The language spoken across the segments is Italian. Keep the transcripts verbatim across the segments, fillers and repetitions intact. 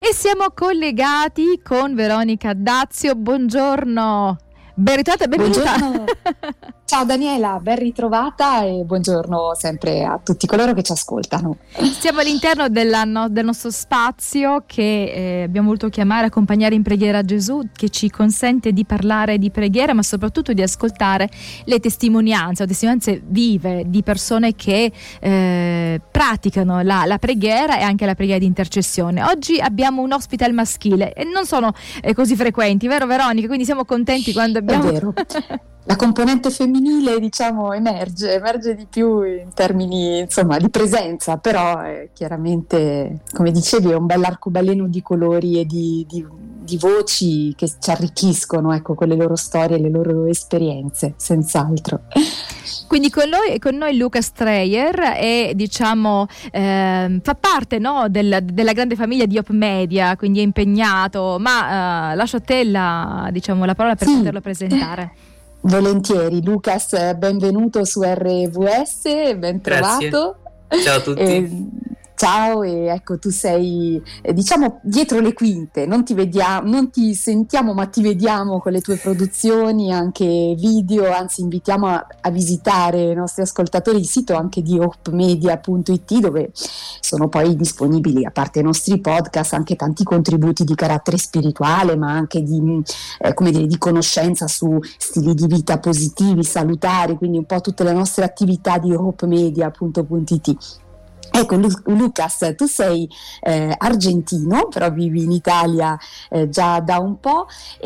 E siamo collegati con Veronica Dazio. Buongiorno, ben ritrovata e benvenuta. Buongiorno. Ciao Daniela, ben ritrovata e buongiorno sempre a tutti coloro che ci ascoltano. Siamo all'interno della, no, del nostro spazio che eh, abbiamo voluto chiamare Accompagnare in preghiera Gesù, che ci consente di parlare di preghiera, ma soprattutto di ascoltare le testimonianze, o testimonianze vive di persone che eh, praticano la, la preghiera e anche la preghiera di intercessione. Oggi abbiamo un ospite al maschile e non sono eh, così frequenti, vero Veronica? Quindi siamo contenti quando abbiamo... È vero. La componente femminile, diciamo, emerge, emerge di più in termini, insomma, di presenza, però eh, chiaramente, come dicevi, è un bell'arcobaleno di colori e di, di, di voci che ci arricchiscono, ecco, con le loro storie e le loro esperienze, senz'altro. Quindi con noi, con noi Luca Streyer e diciamo eh, fa parte, no, del, della grande famiglia di Hope Media, quindi è impegnato, ma eh, lascio a te la, diciamo, la parola per sì. poterlo presentare. Volentieri, Lucas, benvenuto su R V S, ben trovato. Grazie. Ciao a tutti. E, ciao, e ecco, tu sei eh, diciamo dietro le quinte, non ti vediamo, non ti sentiamo, ma ti vediamo con le tue produzioni, anche video, anzi invitiamo a, a visitare i nostri ascoltatori il sito anche di hope media punto it, dove sono poi disponibili, a parte i nostri podcast, anche tanti contributi di carattere spirituale, ma anche di, eh, come dire, di conoscenza su stili di vita positivi, salutari, quindi un po' tutte le nostre attività di hope media punto it. Ecco, Lu- Lucas, tu sei eh, argentino, però vivi in Italia eh, già da un po',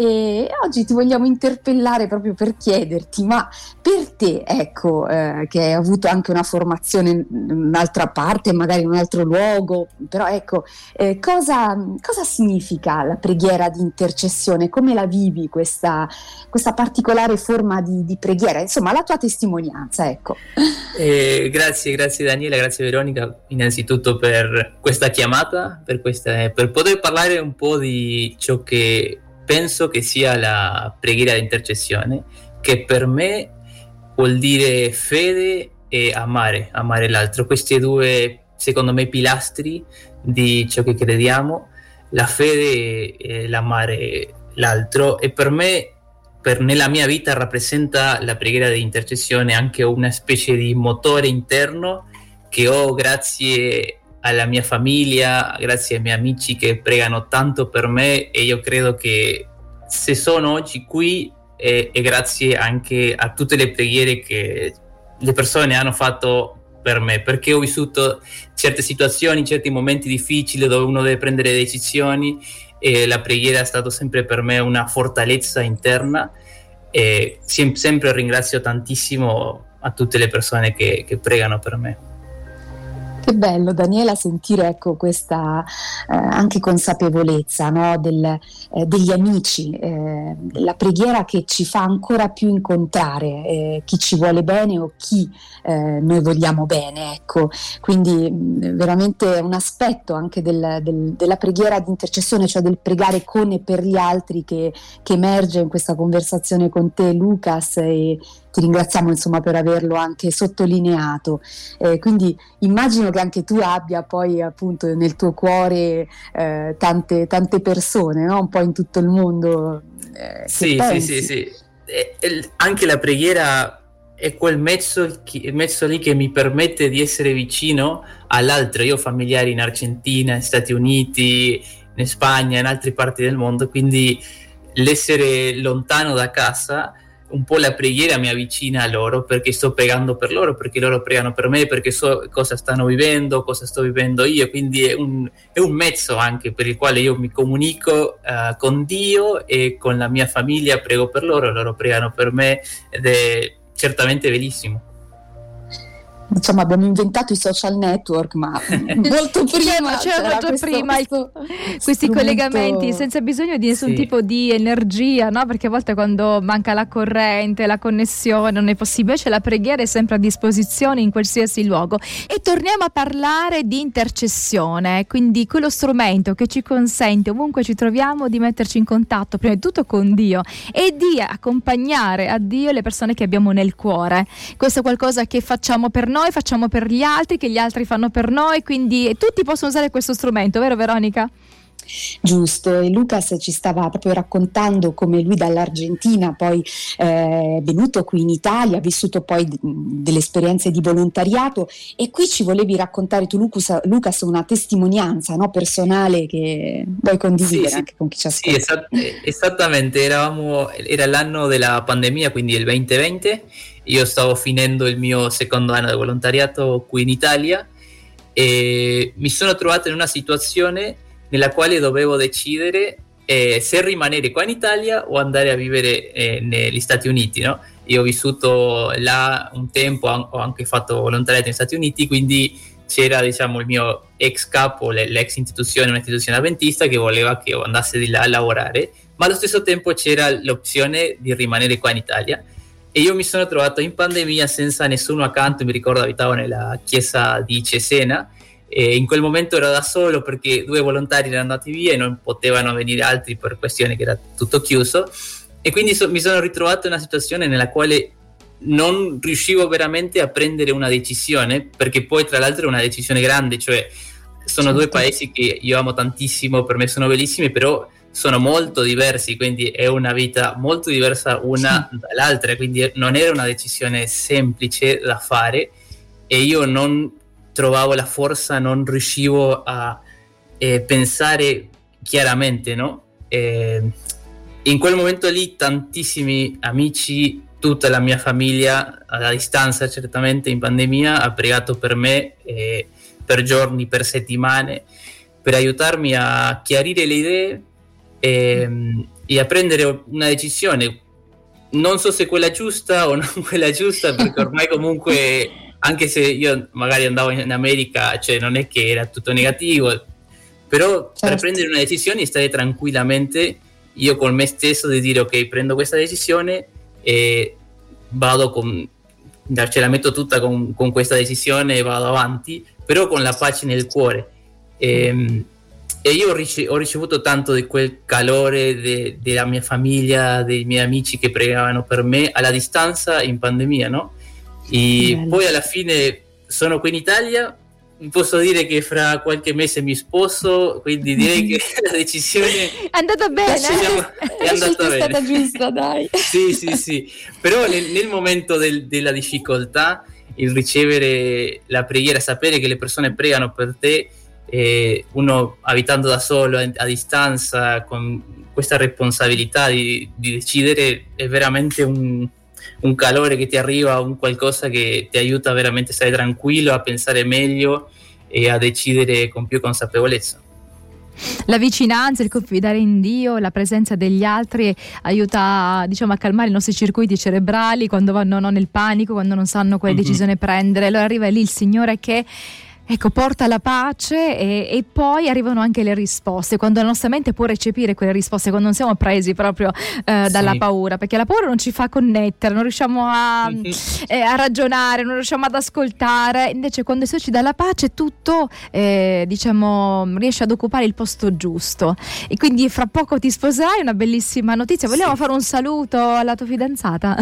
e oggi ti vogliamo interpellare proprio per chiederti, ma per te, ecco, eh, che hai avuto anche una formazione in un'altra parte, magari in un altro luogo, però ecco, eh, cosa, cosa significa la preghiera di intercessione? Come la vivi questa, questa particolare forma di, di preghiera? Insomma, la tua testimonianza, ecco. Eh, grazie, grazie Daniela, grazie Veronica. Innanzitutto per questa chiamata, per, questa, per poter parlare un po' di ciò che penso che sia la preghiera di intercessione, che per me vuol dire fede e amare, amare l'altro. Questi due, secondo me, pilastri di ciò che crediamo, la fede e l'amare l'altro, e per me, per, nella mia vita rappresenta la preghiera di intercessione anche una specie di motore interno che ho grazie alla mia famiglia, grazie ai miei amici che pregano tanto per me, e io credo che se sono oggi qui è, è grazie anche a tutte le preghiere che le persone hanno fatto per me, perché ho vissuto certe situazioni, certi momenti difficili dove uno deve prendere decisioni, e la preghiera è stata sempre per me una fortalezza interna, e sem- sempre ringrazio tantissimo a tutte le persone che, che pregano per me. Che bello, Daniela, sentire, ecco, questa eh, anche consapevolezza, no, del, eh, degli amici, eh, la preghiera che ci fa ancora più incontrare eh, chi ci vuole bene o chi eh, noi vogliamo bene, ecco. Quindi mh, veramente un aspetto anche del, del, della preghiera di intercessione, cioè del pregare con e per gli altri, che, che emerge in questa conversazione con te, Lucas, e ti ringraziamo, insomma, per averlo anche sottolineato. Eh, quindi immagino che anche tu abbia poi, appunto, nel tuo cuore eh, tante, tante persone, no? Un po' in tutto il mondo. Eh, sì, sì, sì, sì. E, e anche la preghiera è quel mezzo, che, mezzo lì che mi permette di essere vicino all'altro. Io ho familiari in Argentina, in Stati Uniti, in Spagna, in altre parti del mondo, quindi l'essere lontano da casa, un po' la preghiera mi avvicina a loro, perché sto pregando per loro, perché loro pregano per me, perché so cosa stanno vivendo, cosa sto vivendo io, quindi è un, è un mezzo anche per il quale io mi comunico uh, con Dio e con la mia famiglia, prego per loro, loro pregano per me, ed è certamente bellissimo. Diciamo, abbiamo inventato i social network, ma molto prima c'erano già questo, prima questo questi strumento... collegamenti senza bisogno di nessun sì. tipo di energia, no? Perché a volte quando manca la corrente, la connessione, non è possibile. Cioè, la preghiera è sempre a disposizione in qualsiasi luogo. E torniamo a parlare di intercessione, quindi quello strumento che ci consente, ovunque ci troviamo, di metterci in contatto prima di tutto con Dio e di accompagnare a Dio le persone che abbiamo nel cuore. Questo è qualcosa che facciamo per noi, facciamo per gli altri, che gli altri fanno per noi, quindi tutti possono usare questo strumento, vero Veronica? Giusto, e Lucas ci stava proprio raccontando come lui dall'Argentina poi eh, è venuto qui in Italia, ha vissuto poi d- delle esperienze di volontariato, e qui ci volevi raccontare tu, Lucas, Lucas una testimonianza, no, personale che vuoi condividere sì, anche sì, con chi ci sì, ascolta. esat- esattamente, eravamo, era l'anno della pandemia, quindi il duemilaventi. Io stavo finendo il mio secondo anno di volontariato qui in Italia e mi sono trovato in una situazione nella quale dovevo decidere eh, se rimanere qua in Italia o andare a vivere eh, negli Stati Uniti, no? Io ho vissuto là un tempo, ho anche fatto volontariato negli Stati Uniti, quindi c'era, diciamo, il mio ex capo, l'ex istituzione, un'istituzione avventista, che voleva che io andassi di là a lavorare, ma allo stesso tempo c'era l'opzione di rimanere qua in Italia. E io mi sono trovato in pandemia senza nessuno accanto. Mi ricordo abitavo nella chiesa di Cesena e in quel momento ero da solo perché due volontari erano andati via e non potevano venire altri per questione che era tutto chiuso, e quindi so, mi sono ritrovato in una situazione nella quale non riuscivo veramente a prendere una decisione, perché poi tra l'altro è una decisione grande, cioè sono certo. due paesi che io amo tantissimo, per me sono bellissimi, però sono molto diversi, quindi è una vita molto diversa una sì. dall'altra, quindi non era una decisione semplice da fare e io non trovavo la forza, non riuscivo a eh, pensare chiaramente, no? Eh, in quel momento lì tantissimi amici, tutta la mia famiglia a distanza, certamente in pandemia, ha pregato per me eh, per giorni, per settimane, per aiutarmi a chiarire le idee e, e a prendere una decisione. Non so se quella giusta o non quella giusta, perché ormai comunque, anche se io magari andavo in America, cioè non è che era tutto negativo, però certo. per prendere una decisione e stare tranquillamente io con me stesso di dire ok, prendo questa decisione e vado con, ce la metto tutta con, con questa decisione e vado avanti, però con la pace nel cuore. E, e io ho, rice- ho ricevuto tanto di quel calore de- della mia famiglia, dei miei amici che pregavano per me alla distanza in pandemia, no? E bello. Poi alla fine sono qui in Italia, posso dire che fra qualche mese mi sposo, quindi direi che la decisione è andata bene, siamo, è andata bene, è stata giusta, dai. sì sì sì, però nel, nel momento del, della difficoltà, il ricevere la preghiera, sapere che le persone pregano per te, eh, uno abitando da solo a, a distanza con questa responsabilità di, di decidere, è veramente un un calore che ti arriva, un qualcosa che ti aiuta veramente a stare tranquillo, a pensare meglio e a decidere con più consapevolezza. La vicinanza, il confidare in Dio, la presenza degli altri aiuta, diciamo, a calmare i nostri circuiti cerebrali quando vanno no, nel panico, quando non sanno quale mm-hmm. decisione prendere. Allora arriva lì il Signore che ecco, porta la pace e, e poi arrivano anche le risposte, quando la nostra mente può recepire quelle risposte, quando non siamo presi proprio eh, dalla sì. paura, perché la paura non ci fa connettere, non riusciamo a, mm-hmm. eh, a ragionare, non riusciamo ad ascoltare. Invece quando Gesù ci dà la pace tutto eh, diciamo riesce ad occupare il posto giusto. E quindi fra poco ti sposerai, una bellissima notizia. Vogliamo sì. fare un saluto alla tua fidanzata?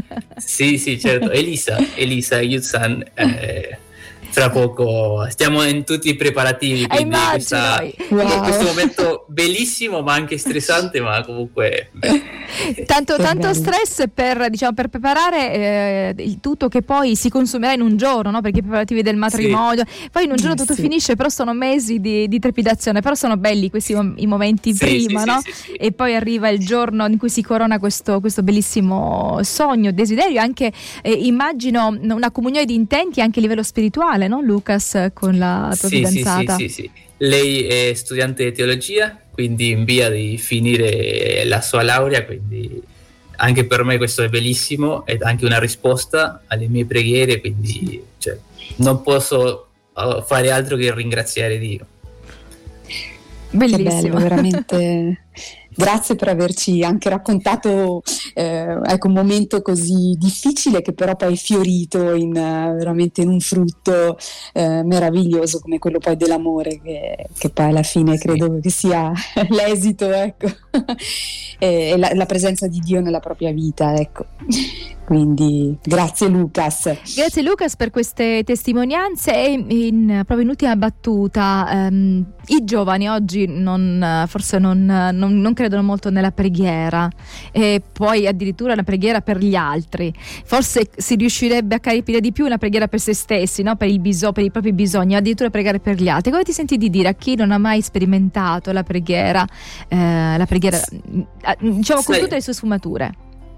Sì sì certo, Elisa Elisa Yutsan, eh, tra poco stiamo in tutti i preparativi, quindi questa, wow. questo momento bellissimo ma anche stressante, ma comunque tanto, tanto stress per, diciamo, per preparare eh, il tutto che poi si consumerà in un giorno, no? Perché i preparativi del matrimonio sì. poi in un giorno tutto sì. finisce, però sono mesi di, di trepidazione, però sono belli questi i momenti sì, prima sì, no? Sì, sì, sì. E poi arriva il giorno in cui si corona questo, questo bellissimo sogno, desiderio, anche eh, immagino una comunione di intenti anche a livello spirituale, no Lucas, con la tua sì, fidanzata? Sì, sì, sì, sì. Lei è studiante di teologia, quindi in via di finire la sua laurea, quindi anche per me questo è bellissimo ed anche una risposta alle mie preghiere, quindi cioè, non posso fare altro che ringraziare Dio. Bellissimo, bello, veramente Grazie per averci anche raccontato eh, ecco, un momento così difficile che però poi è fiorito in, uh, veramente in un frutto eh, meraviglioso come quello poi dell'amore, che, che poi alla fine credo che sia l'esito, ecco. E la, la presenza di Dio nella propria vita, ecco. Quindi grazie Lucas. Grazie Lucas per queste testimonianze. E in, proprio in ultima battuta, ehm, i giovani oggi non, forse non, non, non credono molto nella preghiera, e poi addirittura una preghiera per gli altri. Forse si riuscirebbe a capire di più una preghiera per se stessi, no? Per il biso- per i propri bisogni, addirittura pregare per gli altri. Come ti senti di dire a chi non ha mai sperimentato la preghiera, eh, la preghiera diciamo con tutte le sue sfumature?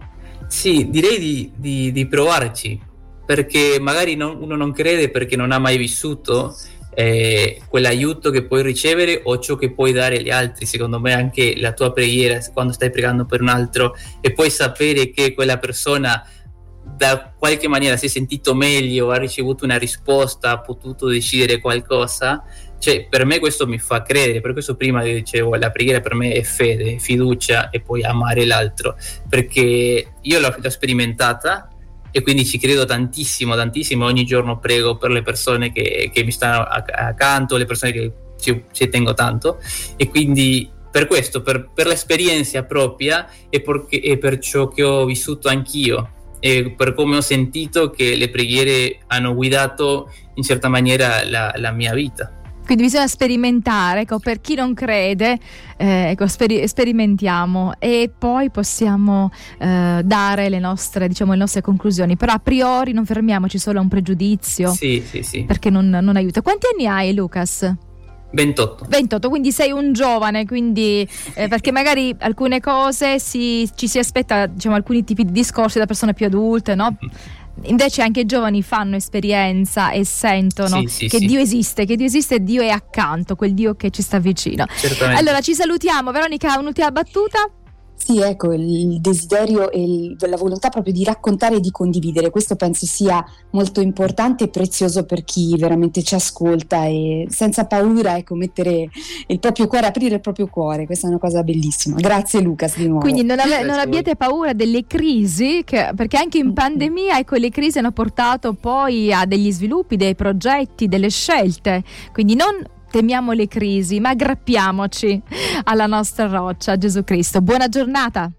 Sì, direi di, di, di provarci, perché magari non, uno non crede perché non ha mai vissuto eh, quell'aiuto che puoi ricevere o ciò che puoi dare agli altri. Secondo me anche la tua preghiera, quando stai pregando per un altro e puoi sapere che quella persona da qualche maniera si è sentito meglio, ha ricevuto una risposta, ha potuto decidere qualcosa, cioè per me questo mi fa credere. Per questo prima dicevo, la preghiera per me è fede, fiducia e poi amare l'altro, perché io l'ho, l'ho sperimentata e quindi ci credo tantissimo, tantissimo. Ogni giorno prego per le persone che, che mi stanno accanto, le persone che ci, ci tengo tanto, e quindi per questo, per, per l'esperienza propria e, perché, e per ciò che ho vissuto anch'io e per come ho sentito che le preghiere hanno guidato in certa maniera la, la mia vita. Quindi bisogna sperimentare, ecco, per chi non crede, eh, ecco, speri- sperimentiamo e poi possiamo eh, dare le nostre, diciamo, le nostre conclusioni, però a priori non fermiamoci solo a un pregiudizio, sì, sì, sì. perché non, non aiuta. Quanti anni hai, Lucas? ventotto. ventotto, quindi sei un giovane, quindi eh, perché magari alcune cose si, ci si aspetta, diciamo, alcuni tipi di discorsi da persone più adulte, no? Invece anche i giovani fanno esperienza e sentono sì, sì, che sì. Dio esiste, che Dio esiste e Dio è accanto, quel Dio che ci sta vicino. Certamente. Allora ci salutiamo. Veronica, un'ultima battuta? Sì, ecco, il desiderio e il, la volontà proprio di raccontare e di condividere, questo penso sia molto importante e prezioso per chi veramente ci ascolta, e senza paura, ecco, mettere il proprio cuore, aprire il proprio cuore, questa è una cosa bellissima. Grazie Lucas di nuovo. Quindi non, ave- non abbiate paura delle crisi, che, perché anche in pandemia, ecco, le crisi hanno portato poi a degli sviluppi, dei progetti, delle scelte, quindi non temiamo le crisi, ma aggrappiamoci alla nostra roccia, Gesù Cristo. Buona giornata.